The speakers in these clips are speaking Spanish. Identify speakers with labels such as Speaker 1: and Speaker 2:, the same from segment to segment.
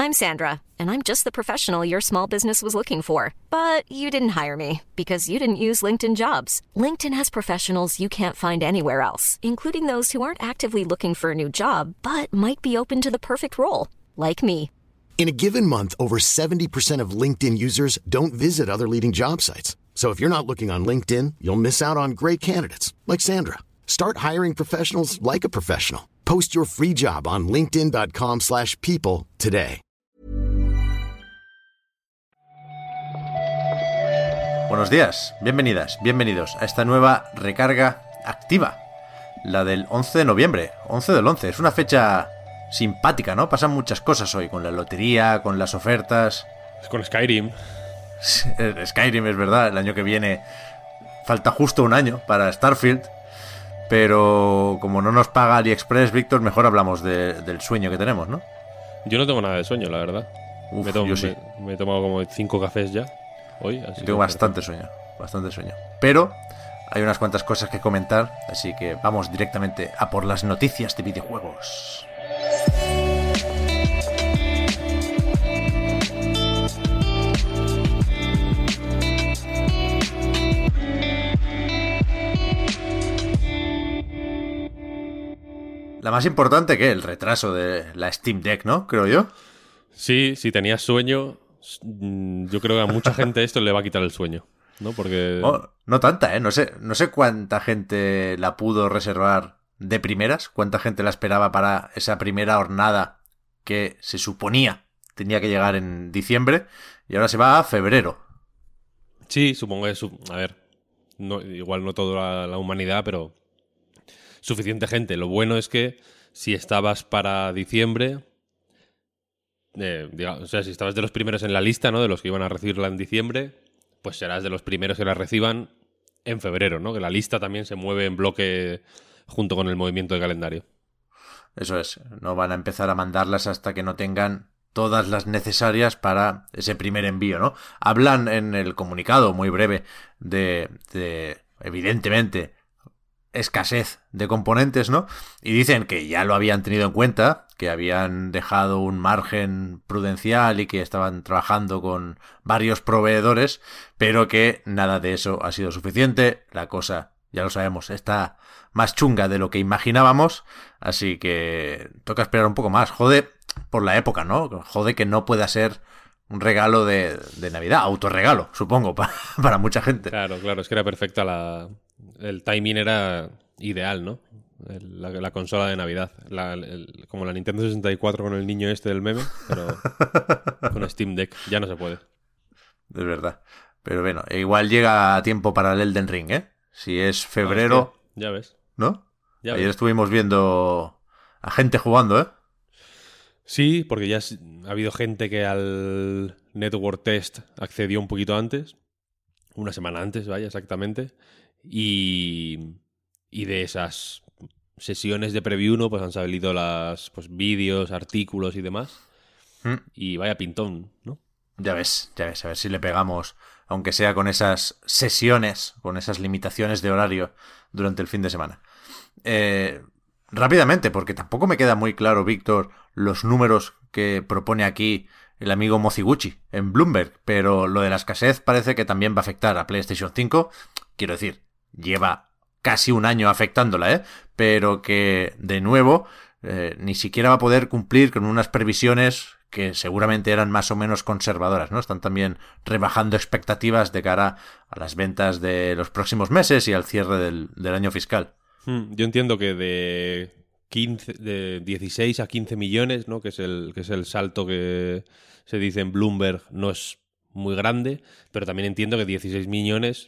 Speaker 1: I'm Sandra, and I'm just the professional your small business was looking for. But you didn't hire me because you didn't use LinkedIn Jobs. LinkedIn has professionals you can't find anywhere else, including those who aren't actively looking for a new job, but might be open to the perfect role, like me.
Speaker 2: In a given month, over 70% of LinkedIn users don't visit other leading job sites. So if you're not looking on LinkedIn, you'll miss out on great candidates like Sandra. Start hiring professionals like a professional. Post your free job on linkedin.com/people today.
Speaker 3: Buenos días, bienvenidas, bienvenidos a esta nueva recarga activa. La del 11 de noviembre, 11 del 11. Es una fecha simpática, ¿no? Pasan muchas cosas hoy, con la lotería, con las ofertas.
Speaker 4: Es con Skyrim.
Speaker 3: Skyrim, es verdad, el año que viene falta justo un año para Starfield. Pero como no nos paga AliExpress, Víctor, mejor hablamos del sueño que tenemos, ¿no?
Speaker 4: Yo no tengo nada de sueño, la verdad.
Speaker 3: Yo sí.
Speaker 4: Me he tomado como 5 cafés ya hoy. Así
Speaker 3: tengo bastante sueño. Pero hay unas cuantas cosas que comentar, así que vamos directamente a por las noticias de videojuegos. La más importante que el retraso de la Steam Deck, ¿no? Creo yo.
Speaker 4: Sí, si tenías sueño, yo creo que a mucha gente esto le va a quitar el sueño, ¿no? Porque...
Speaker 3: no tanta, ¿eh? No sé cuánta gente la pudo reservar de primeras, cuánta gente la esperaba para esa primera hornada que se suponía tenía que llegar en diciembre y ahora se va a febrero.
Speaker 4: Sí, supongo que... A ver, igual no toda la humanidad, pero... suficiente gente. Lo bueno es que si estabas para diciembre, o sea, si estabas de los primeros en la lista, ¿no? De los que iban a recibirla en diciembre, pues serás de los primeros que la reciban en febrero, ¿no? Que la lista también se mueve en bloque junto con el movimiento de calendario.
Speaker 3: Eso es. No van a empezar a mandarlas hasta que no tengan todas las necesarias para ese primer envío, ¿no? Hablan en el comunicado muy breve de evidentemente, escasez de componentes, ¿no? Y dicen que ya lo habían tenido en cuenta, que habían dejado un margen prudencial y que estaban trabajando con varios proveedores, pero que nada de eso ha sido suficiente. La cosa, ya lo sabemos, está más chunga de lo que imaginábamos, así que toca esperar un poco más. Jode por la época, ¿no? Jode que no pueda ser un regalo de Navidad, autorregalo, supongo, para mucha gente.
Speaker 4: Claro, es que era perfecta el timing era ideal, ¿no? La consola de Navidad. Como la Nintendo 64 con el niño este del meme, pero con Steam Deck. Ya no se puede.
Speaker 3: Es verdad. Pero bueno, igual llega a tiempo para el Elden Ring, ¿eh? Si es febrero...
Speaker 4: Hostia, ya ves.
Speaker 3: ¿No?
Speaker 4: Ya
Speaker 3: Ayer
Speaker 4: ves.
Speaker 3: estuvimos viendo a gente jugando, ¿eh?
Speaker 4: Sí, porque ya ha habido gente que al Network Test accedió un poquito antes. Una semana antes, vaya, exactamente. Y de esas sesiones de preview, ¿no? Pues han salido vídeos, artículos y demás. Y vaya pintón, ¿no?
Speaker 3: Ya ves, a ver si le pegamos, aunque sea con esas sesiones, con esas limitaciones de horario durante el fin de semana. Rápidamente, porque tampoco me queda muy claro, Víctor, los números que propone aquí el amigo Moziguchi en Bloomberg, pero lo de la escasez parece que también va a afectar a PlayStation 5. Quiero decir, lleva casi un año afectándola, ¿eh? Pero que, de nuevo, ni siquiera va a poder cumplir con unas previsiones que seguramente eran más o menos conservadoras, ¿no? Están también rebajando expectativas de cara a las ventas de los próximos meses y al cierre del año fiscal.
Speaker 4: Yo entiendo que de 16 a 15 millones, ¿no? Que es el salto que se dice en Bloomberg, no es muy grande, pero también entiendo que 16 millones...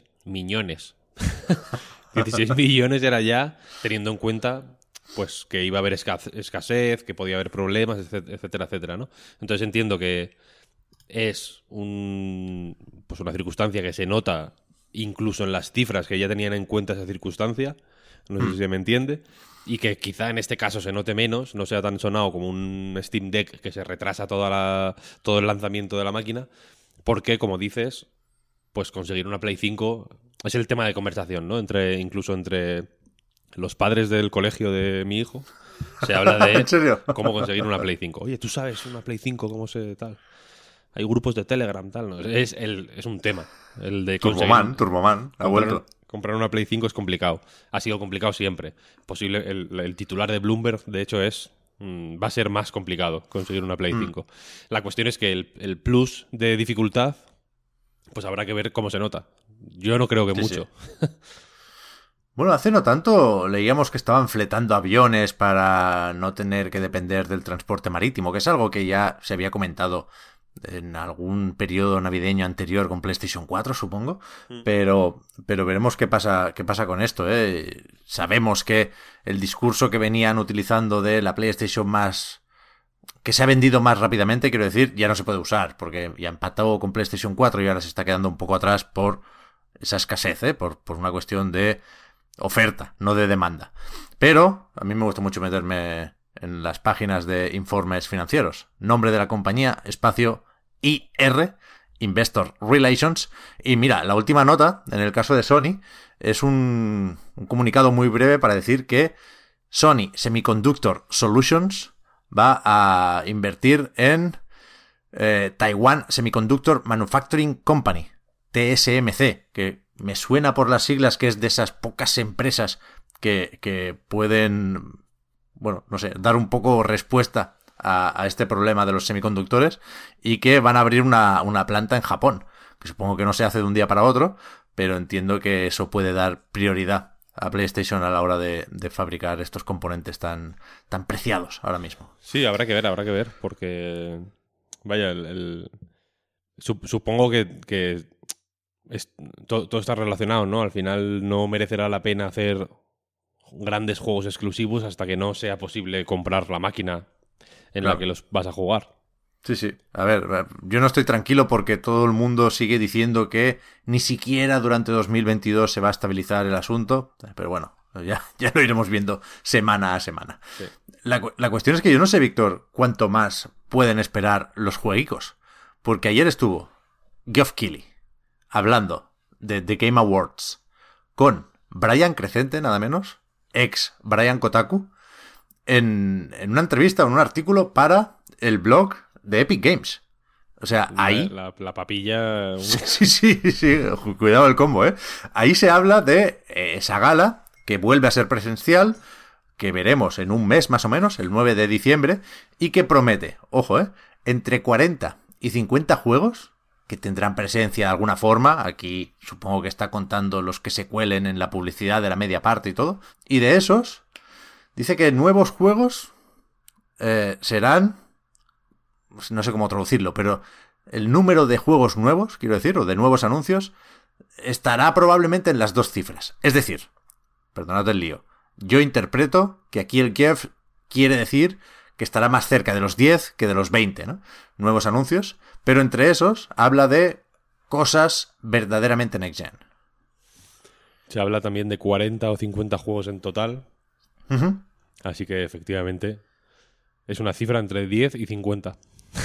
Speaker 4: 16 millones era ya teniendo en cuenta pues que iba a haber escasez, que podía haber problemas, etcétera, etcétera, ¿no? Entonces entiendo que es una circunstancia que se nota incluso en las cifras que ya tenían en cuenta esa circunstancia, no sé si se me entiende, y que quizá en este caso se note menos, no sea tan sonado como un Steam Deck que se retrasa todo el lanzamiento de la máquina, porque, como dices, pues conseguir una Play 5 es el tema de conversación, ¿no? Incluso entre los padres del colegio de mi hijo, Se habla de
Speaker 3: ¿En serio?
Speaker 4: cómo conseguir una Play 5. Oye, ¿tú sabes una Play 5 cómo se tal? Hay grupos de Telegram, tal, ¿no? Es un tema. El de conseguir...
Speaker 3: Turboman, ha vuelto.
Speaker 4: Comprar una Play 5 es complicado. Ha sido complicado siempre. Posible, el titular de Bloomberg, de hecho, va a ser más complicado conseguir una Play 5. La cuestión es que el plus de dificultad, pues habrá que ver cómo se nota. Yo no creo que mucho.
Speaker 3: Sí. Bueno, hace no tanto leíamos que estaban fletando aviones para no tener que depender del transporte marítimo, que es algo que ya se había comentado en algún periodo navideño anterior con PlayStation 4, supongo. Pero veremos qué pasa con esto, ¿eh? Sabemos que el discurso que venían utilizando de la PlayStation más... que se ha vendido más rápidamente, quiero decir, ya no se puede usar, porque ya empató con PlayStation 4 y ahora se está quedando un poco atrás por esa escasez, ¿eh? Por una cuestión de oferta, no de demanda. Pero a mí me gusta mucho meterme en las páginas de informes financieros. Nombre de la compañía, espacio IR, Investor Relations. Y mira, la última nota, en el caso de Sony, es un comunicado muy breve para decir que Sony Semiconductor Solutions va a invertir en Taiwan Semiconductor Manufacturing Company, TSMC, que me suena por las siglas que es de esas pocas empresas que pueden, bueno, no sé, dar un poco respuesta a este problema de los semiconductores, y que van a abrir una planta en Japón, que supongo que no se hace de un día para otro, pero entiendo que eso puede dar prioridad a PlayStation a la hora de fabricar estos componentes tan preciados ahora mismo.
Speaker 4: Sí, habrá que ver, porque vaya, supongo que todo está relacionado, ¿no? Al final no merecerá la pena hacer grandes juegos exclusivos hasta que no sea posible comprar la máquina en la que los vas a jugar.
Speaker 3: Sí. A ver, yo no estoy tranquilo porque todo el mundo sigue diciendo que ni siquiera durante 2022 se va a estabilizar el asunto. Pero bueno, ya lo iremos viendo semana a semana. Sí. La cuestión es que yo no sé, Víctor, cuánto más pueden esperar los jueguicos. Porque ayer estuvo Geoff Keighley hablando de The Game Awards con Brian Crecente, nada menos, ex Brian Kotaku, en una entrevista, en un artículo para el blog de Epic Games. O sea, ahí...
Speaker 4: La papilla...
Speaker 3: Sí. Cuidado el combo, ¿eh? Ahí se habla de esa gala que vuelve a ser presencial, que veremos en un mes más o menos, el 9 de diciembre, y que promete, ojo, entre 40 y 50 juegos que tendrán presencia de alguna forma. Aquí supongo que está contando los que se cuelen en la publicidad de la media parte y todo. Y de esos, dice que nuevos juegos serán... no sé cómo traducirlo, pero el número de juegos nuevos, quiero decir, o de nuevos anuncios, estará probablemente en las 2 cifras. Es decir, perdonad el lío, yo interpreto que aquí el Geoff quiere decir que estará más cerca de los 10 que de los 20, ¿no? Nuevos anuncios, pero entre esos habla de cosas verdaderamente next gen.
Speaker 4: Se habla también de 40 o 50 juegos en total.
Speaker 3: Uh-huh.
Speaker 4: Así que efectivamente es una cifra entre 10 y 50.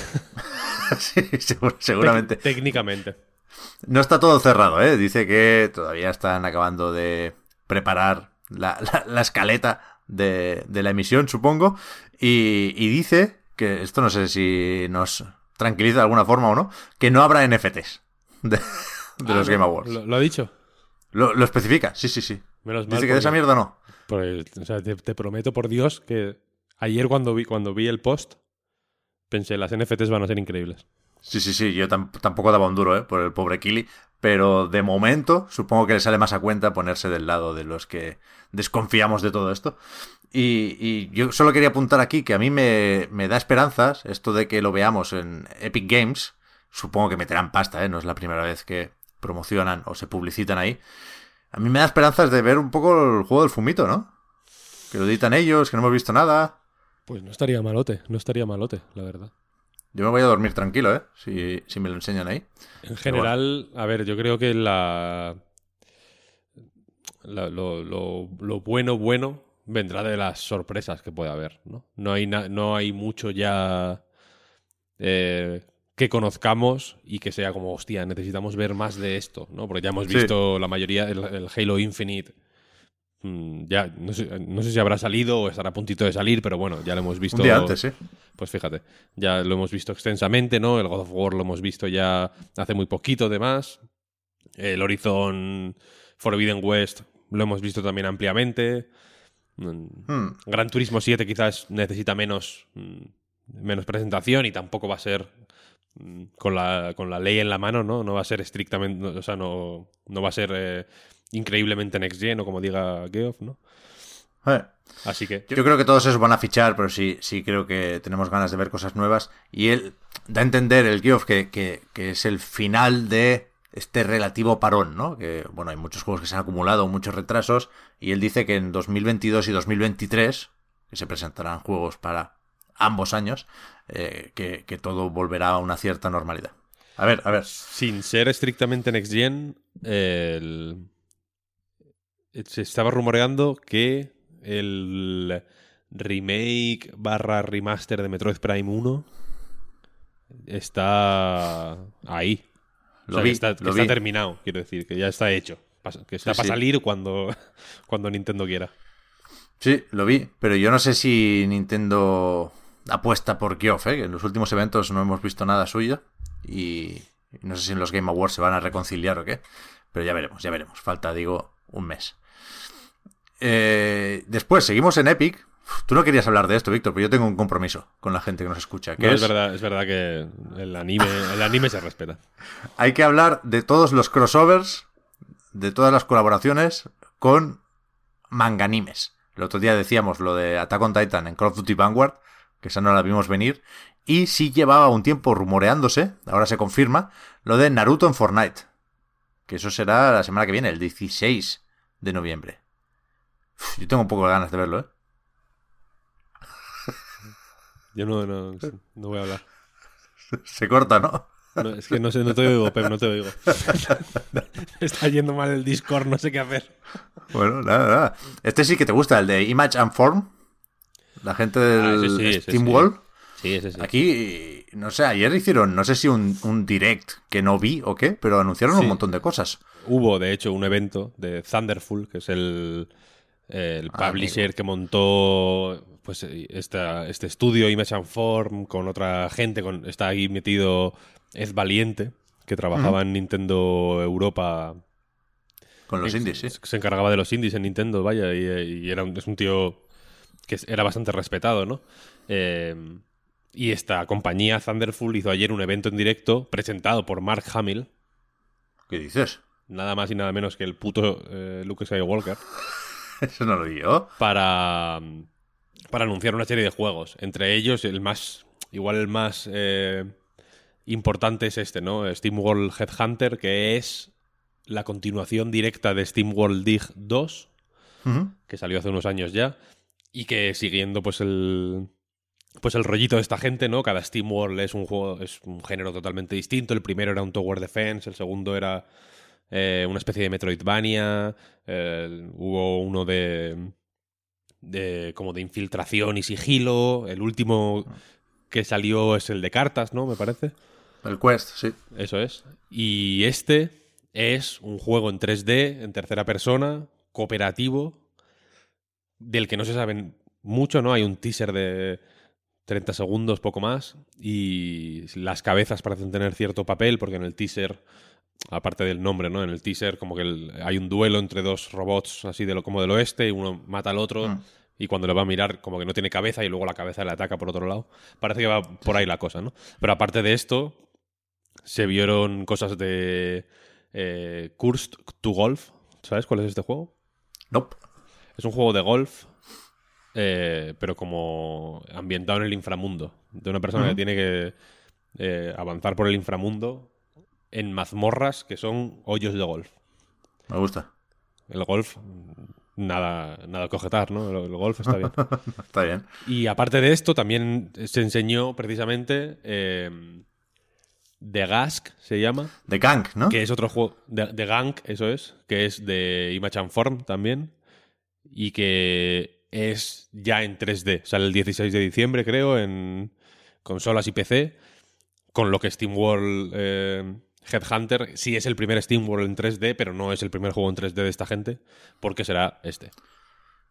Speaker 3: Sí, seguramente.
Speaker 4: Técnicamente.
Speaker 3: No está todo cerrado, ¿eh? Dice que todavía están acabando de preparar la escaleta de la emisión, supongo. Y dice que, esto no sé si nos tranquiliza de alguna forma o no, que no habrá NFTs de los Game Awards.
Speaker 4: ¿Lo ha dicho?
Speaker 3: Lo especifica, sí.
Speaker 4: Menos mal,
Speaker 3: dice que de esa mierda no.
Speaker 4: O sea, te prometo por Dios que ayer cuando vi el post pensé, las NFTs van a ser increíbles.
Speaker 3: Sí, yo tampoco daba un duro, por el pobre Keighley, pero de momento supongo que le sale más a cuenta ponerse del lado de los que desconfiamos de todo esto. Y yo solo quería apuntar aquí que a mí me da esperanzas esto de que lo veamos en Epic Games. Supongo que meterán pasta, no es la primera vez que promocionan o se publicitan ahí. A mí me da esperanzas de ver un poco el juego del fumito, ¿no? Que lo editan ellos, que no hemos visto nada.
Speaker 4: Pues no estaría malote, la verdad.
Speaker 3: Yo me voy a dormir tranquilo, si me lo enseñan ahí.
Speaker 4: En general, bueno. A ver, yo creo que lo bueno vendrá de las sorpresas que pueda haber, ¿no? No hay mucho ya que conozcamos y que sea como, hostia, necesitamos ver más de esto, ¿no? Porque ya hemos visto la mayoría, el Halo Infinite, Ya, no sé si habrá salido o estará a puntito de salir, pero bueno, ya lo hemos visto.
Speaker 3: Un día antes, sí.
Speaker 4: Pues fíjate, ya lo hemos visto extensamente, ¿no? El God of War lo hemos visto ya hace muy poquito, además. El Horizon Forbidden West lo hemos visto también ampliamente. Gran Turismo 7 quizás necesita menos presentación y tampoco va a ser con la ley en la mano, ¿no? No va a ser estrictamente, o sea, no va a ser increíblemente next gen o como diga Geoff, ¿no? Así que
Speaker 3: yo creo que todos esos van a fichar, pero sí creo que tenemos ganas de ver cosas nuevas. Y él da a entender, el Geoff, que es el final de este relativo parón, ¿no? Que, bueno, hay muchos juegos que se han acumulado, muchos retrasos, y él dice que en 2022 y 2023, que se presentarán juegos para ambos años, que todo volverá a una cierta normalidad. A ver.
Speaker 4: Sin ser estrictamente next gen, se estaba rumoreando que el remake / remaster de Metroid Prime 1 está ahí. Que está terminado, quiero decir, que ya está hecho. Que está para salir cuando Nintendo quiera.
Speaker 3: Sí, lo vi, pero yo no sé si Nintendo apuesta por Geoff, que en los últimos eventos no hemos visto nada suyo y no sé si en los Game Awards se van a reconciliar o qué, pero ya veremos. Falta, digo, un mes. Después, seguimos en Epic. Tú no querías hablar de esto, Víctor, pero yo tengo un compromiso con la gente que nos escucha.
Speaker 4: Es verdad que el anime se respeta.
Speaker 3: Hay que hablar de todos los crossovers, de todas las colaboraciones con manganimes. El otro día decíamos lo de Attack on Titan en Call of Duty Vanguard, que esa no la vimos venir, y sí llevaba un tiempo rumoreándose, ahora se confirma, lo de Naruto en Fortnite, que eso será la semana que viene, el 16 de noviembre. Yo tengo un poco de ganas de verlo, ¿eh?
Speaker 4: Yo no voy a hablar.
Speaker 3: Se corta, ¿no?
Speaker 4: No, es que no sé, no te oigo, Pep, no te oigo. Está yendo mal el Discord, no sé qué hacer.
Speaker 3: Bueno, nada. Este sí que te gusta, el de Image and Form. La gente del SteamWall.
Speaker 4: Sí, ese sí.
Speaker 3: Aquí, no sé, ayer hicieron, no sé si un direct que no vi o qué, pero anunciaron un montón de cosas.
Speaker 4: Hubo, de hecho, un evento de Thunderful, que es el publisher que montó pues este estudio Image and Form con otra gente. Está ahí metido Ed Valiente, que trabajaba en Nintendo Europa.
Speaker 3: Con los indies, sí.
Speaker 4: Se encargaba de los indies en Nintendo, vaya, y es un tío que era bastante respetado, ¿no? Y esta compañía, Thunderful, hizo ayer un evento en directo presentado por Mark Hamill.
Speaker 3: ¿Qué dices?
Speaker 4: Nada más y nada menos que el puto Luke Skywalker.
Speaker 3: Eso no lo vi yo.
Speaker 4: Para anunciar una serie de juegos. Entre ellos, el más importante es este, ¿no? SteamWorld Headhunter, que es la continuación directa de SteamWorld Dig 2, que salió hace unos años ya, y que siguiendo pues el rollito de esta gente, ¿no? Cada SteamWorld es un género totalmente distinto. El primero era un Tower Defense, el segundo era una especie de Metroidvania, hubo uno de como de infiltración y sigilo. El último que salió es el de cartas, ¿no? Me parece.
Speaker 3: El Quest, sí.
Speaker 4: Eso es. Y este es un juego en 3D, en tercera persona, cooperativo, del que no se sabe mucho, ¿no? Hay un teaser de 30 segundos, poco más, y las cabezas parecen tener cierto papel, porque en el teaser, aparte del nombre, ¿no? En el teaser como que hay un duelo entre dos robots así como del oeste, y uno mata al otro, y cuando le va a mirar como que no tiene cabeza y luego la cabeza le ataca por otro lado. Parece que va por ahí la cosa, ¿no? Pero aparte de esto, se vieron cosas de Cursed to Golf. ¿Sabes cuál es este juego?
Speaker 3: Nope.
Speaker 4: Es un juego de golf, pero como ambientado en el inframundo. De una persona que tiene que avanzar por el inframundo en mazmorras que son hoyos de golf.
Speaker 3: Me gusta.
Speaker 4: El golf, nada que objetar, ¿no? El golf está bien.
Speaker 3: Está bien.
Speaker 4: Y aparte de esto, también se enseñó precisamente The Gask, se llama.
Speaker 3: The Gang, ¿no?
Speaker 4: Que es otro juego. The Gang, eso es. Que es de Image and Form también. Y que es ya en 3D. Sale el 16 de diciembre, creo, en consolas y PC. Con lo que SteamWorld Headhunter sí es el primer SteamWorld en 3D, pero no es el primer juego en 3D de esta gente, porque será este.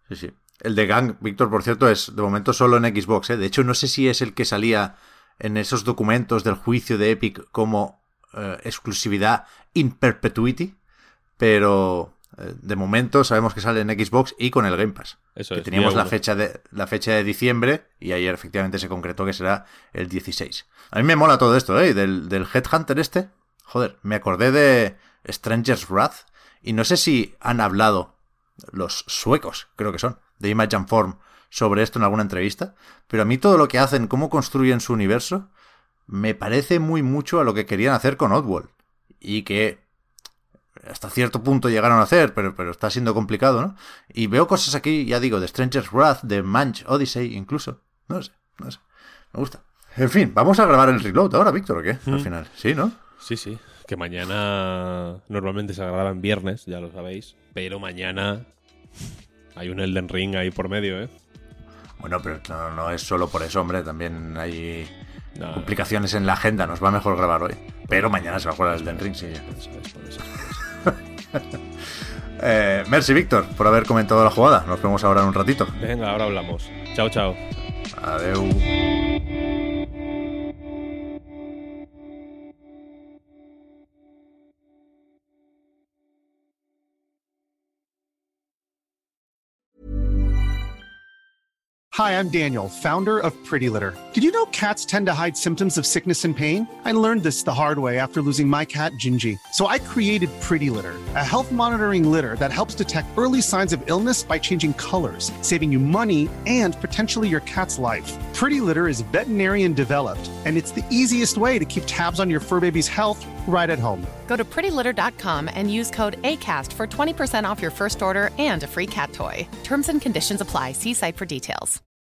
Speaker 3: Sí, sí. El de Gang, Víctor, por cierto, es de momento solo en Xbox, ¿eh? De hecho, no sé si es el que salía en esos documentos del juicio de Epic como exclusividad in perpetuity, pero de momento sabemos que sale en Xbox y con el Game Pass.
Speaker 4: Eso
Speaker 3: que
Speaker 4: es,
Speaker 3: teníamos
Speaker 4: día
Speaker 3: la fecha de diciembre y ayer efectivamente se concretó que será el 16. A mí me mola todo esto, ¿eh? Del Headhunter este. Joder, me acordé de Stranger's Wrath y no sé si han hablado los suecos, creo que son, de Image and Form, sobre esto en alguna entrevista, pero a mí todo lo que hacen, cómo construyen su universo, me parece muy mucho a lo que querían hacer con Oddworld, y que hasta cierto punto llegaron a hacer, pero está siendo complicado, ¿no? Y veo cosas aquí, ya digo, de Stranger's Wrath, de Manch Odyssey, incluso. No sé. Me gusta. En fin, vamos a grabar el Reload ahora, Víctor, ¿o qué? Al final, ¿sí, no?
Speaker 4: Sí. Que mañana normalmente se graba en viernes, ya lo sabéis. Pero mañana hay un Elden Ring ahí por medio, ¿eh?
Speaker 3: Bueno, pero no es solo por eso, hombre. También hay complicaciones en la agenda. Nos va mejor grabar hoy. Pero mañana se va a jugar el Elden Ring, sí.
Speaker 4: Por eso.
Speaker 3: Merci, Víctor, por haber comentado la jugada. Nos vemos ahora en un ratito.
Speaker 4: Venga, ahora hablamos. Chao.
Speaker 3: Adeu.
Speaker 5: Hi, I'm Daniel, founder of Pretty Litter. Did you know cats tend to hide symptoms of sickness and pain? I learned this the hard way after losing my cat, Gingy. So I created Pretty Litter, a health monitoring litter that helps detect early signs of illness by changing colors, saving you money and potentially your cat's life. Pretty Litter is veterinarian developed, and it's the easiest way to keep tabs on your fur baby's health right at home.
Speaker 6: Go to prettylitter.com and use code ACAST for 20% off your first order and a free cat toy. Terms and conditions apply. See site for details.